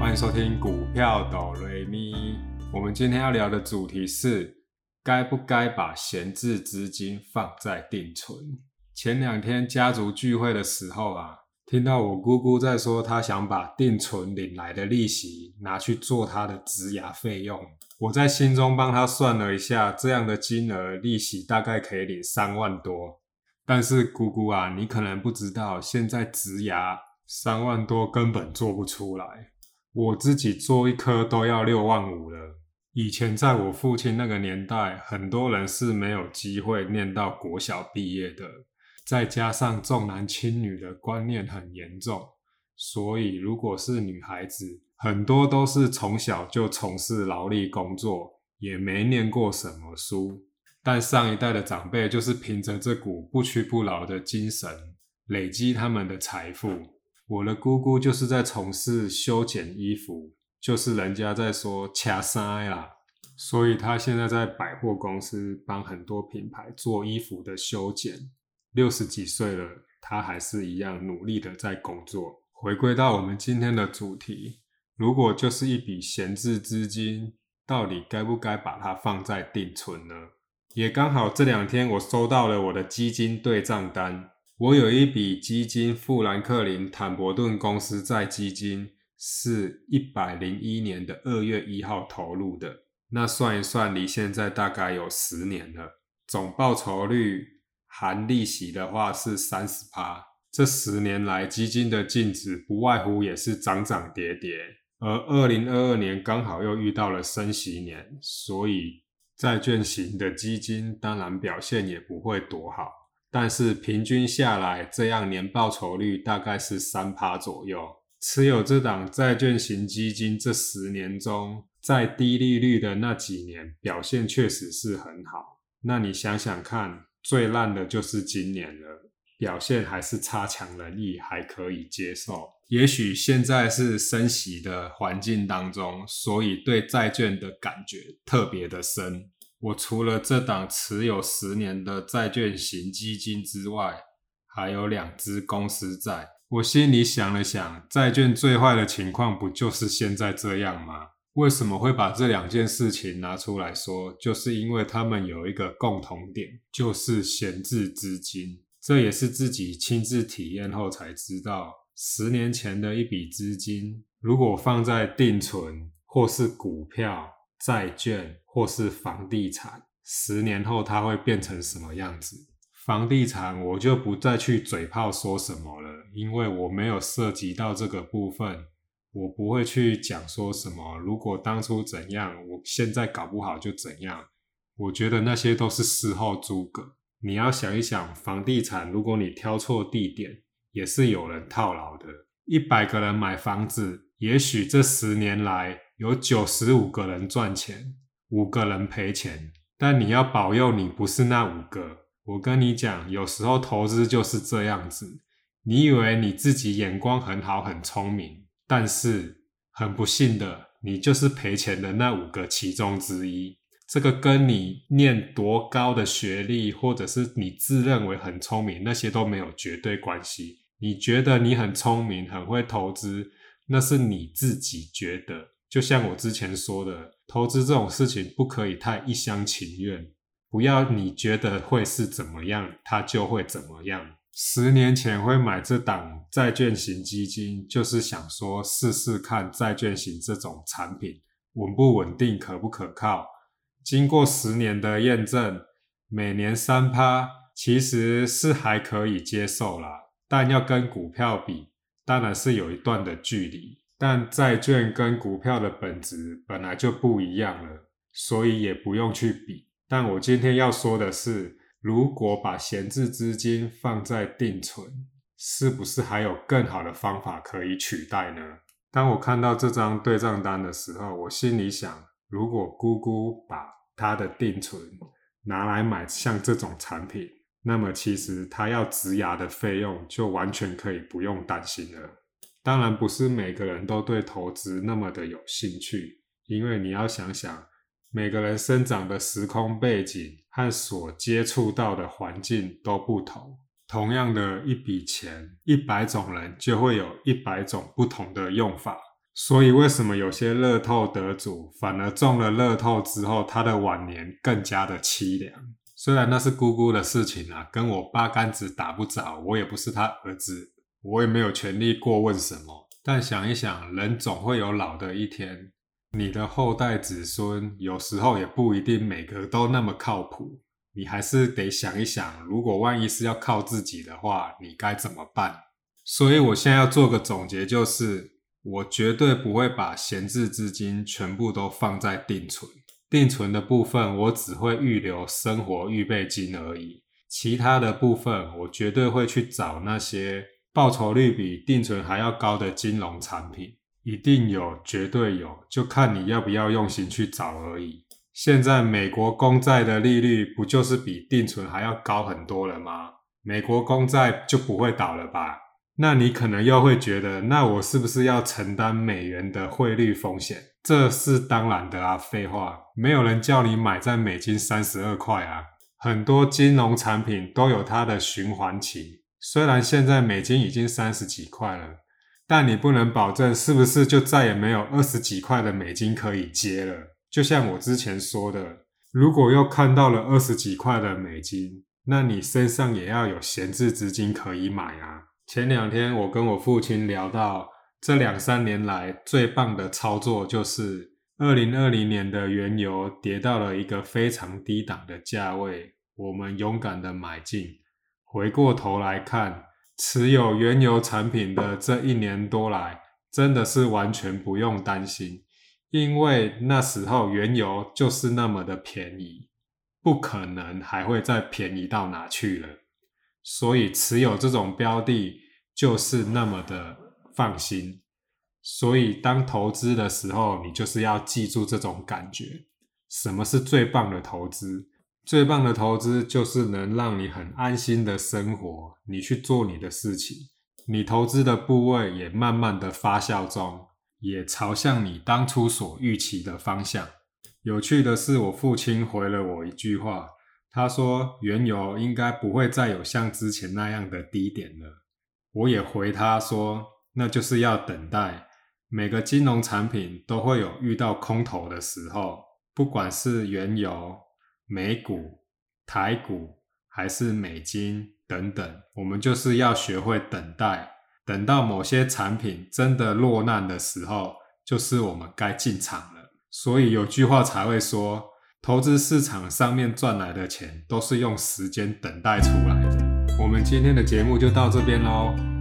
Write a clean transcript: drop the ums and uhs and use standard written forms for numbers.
欢迎收听股票哆瑞咪。我们今天要聊的主题是该不该把闲置资金放在定存。前2天家族聚会的时候听到我姑姑在说她想把定存领来的利息拿去做她的职涯费用。我在心中帮她算了一下，这样的金额利息大概可以领3万多。但是姑姑你可能不知道，现在职涯3万多根本做不出来。我自己做一科都要6万5了。以前在我父亲那个年代，很多人是没有机会念到国小毕业的，再加上重男轻女的观念很严重，所以如果是女孩子，很多都是从小就从事劳力工作，也没念过什么书。但上一代的长辈就是凭着这股不屈不挠的精神，累积他们的财富。我的姑姑就是在从事修剪衣服，就是人家在说掐衫啦，所以她现在在百货公司帮很多品牌做衣服的修剪。60几岁了，她还是一样努力的在工作。回归到我们今天的主题，如果就是一笔闲置资金，到底该不该把它放在定存呢？也刚好这2天我收到了我的基金对账单。我有一笔基金，富兰克林坦伯顿公司债基金，是101年的2月1号投入的。那算一算，离现在大概有10年了。总报酬率含利息的话是 30%。这10年来基金的净值不外乎也是涨涨跌跌。而2022年刚好又遇到了升息年，所以债券型的基金当然表现也不会多好。但是平均下来，这样年报酬率大概是 3% 左右。持有这档债券型基金这10年中，在低利率的那几年表现确实是很好。那你想想看，最烂的就是今年了，表现还是差强人意，还可以接受。也许现在是升息的环境当中，所以对债券的感觉特别的深。我除了这档持有10年的债券型基金之外，还有2支公司债。我心里想了想，债券最坏的情况不就是现在这样吗？为什么会把这2件事情拿出来说？就是因为他们有一个共同点，就是闲置资金。这也是自己亲自体验后才知道，10年前的一笔资金，如果放在定存或是股票、债券或是房地产，10年后它会变成什么样子？房地产我就不再去嘴炮说什么了，因为我没有涉及到这个部分，我不会去讲说什么如果当初怎样，我现在搞不好就怎样。我觉得那些都是事后诸葛。你要想一想，房地产如果你挑错地点，也是有人套牢的。100个人买房子，也许这10年来有95个人赚钱，5个人赔钱，但你要保佑你不是那5个。我跟你讲，有时候投资就是这样子，你以为你自己眼光很好很聪明，但是很不幸的，你就是赔钱的那5个其中之一。这个跟你念多高的学历，或者是你自认为很聪明，那些都没有绝对关系。你觉得你很聪明，很会投资，那是你自己觉得。就像我之前说的，投资这种事情不可以太一厢情愿，不要你觉得会是怎么样，它就会怎么样。10年前会买这档债券型基金，就是想说试试看债券型这种产品稳不稳定，可不可靠。经过10年的验证，每年 3% 其实是还可以接受啦，但要跟股票比，当然是有一段的距离。但债券跟股票的本质本来就不一样了，所以也不用去比。但我今天要说的是，如果把闲置资金放在定存，是不是还有更好的方法可以取代呢？当我看到这张对账单的时候，我心里想，如果姑姑把她的定存拿来买像这种产品，那么其实她要植牙的费用就完全可以不用担心了。当然不是每个人都对投资那么的有兴趣，因为你要想想，每个人生长的时空背景和所接触到的环境都不同。同样的一笔钱，100种人就会有100种不同的用法， 所以为什么有些乐透得主反而中了乐透之后，他的晚年更加的凄凉？虽然那是姑姑的事情啊，跟我八竿子打不着，我也不是他儿子，我也没有权利过问什么。但想一想，人总会有老的一天，你的后代子孙有时候也不一定每个都那么靠谱，你还是得想一想，如果万一是要靠自己的话，你该怎么办？所以我现在要做个总结，就是我绝对不会把闲置资金全部都放在定存，定存的部分我只会预留生活预备金而已，其他的部分我绝对会去找那些报酬率比定存还要高的金融产品，一定有，绝对有，就看你要不要用心去找而已。现在美国公债的利率不就是比定存还要高很多了吗？美国公债就不会倒了吧？那你可能又会觉得，那我是不是要承担美元的汇率风险？这是当然的啊，废话，没有人叫你买在美金32块啊。很多金融产品都有它的循环期，虽然现在美金已经30几块了，但你不能保证是不是就再也没有20几块的美金可以接了。就像我之前说的，如果又看到了20几块的美金，那你身上也要有闲置资金可以买啊。前2天我跟我父亲聊到，这2-3年来最棒的操作就是2020年的原油跌到了一个非常低档的价位，我们勇敢的买进。回过头来看，持有原油产品的这1年多来，真的是完全不用担心，因为那时候原油就是那么的便宜，不可能还会再便宜到哪去了。所以持有这种标的就是那么的放心，所以当投资的时候，你就是要记住这种感觉。什么是最棒的投资？最棒的投资就是能让你很安心的生活，你去做你的事情，你投资的部位也慢慢的发酵中，也朝向你当初所预期的方向。有趣的是，我父亲回了我一句话，他说原油应该不会再有像之前那样的低点了。我也回他说，那就是要等待，每个金融产品都会有遇到空头的时候，不管是原油、美股、台股还是美金等等，我们就是要学会等待，等到某些产品真的落难的时候，就是我们该进场了。所以有句话才会说，投资市场上面赚来的钱都是用时间等待出来的。我们今天的节目就到这边咯，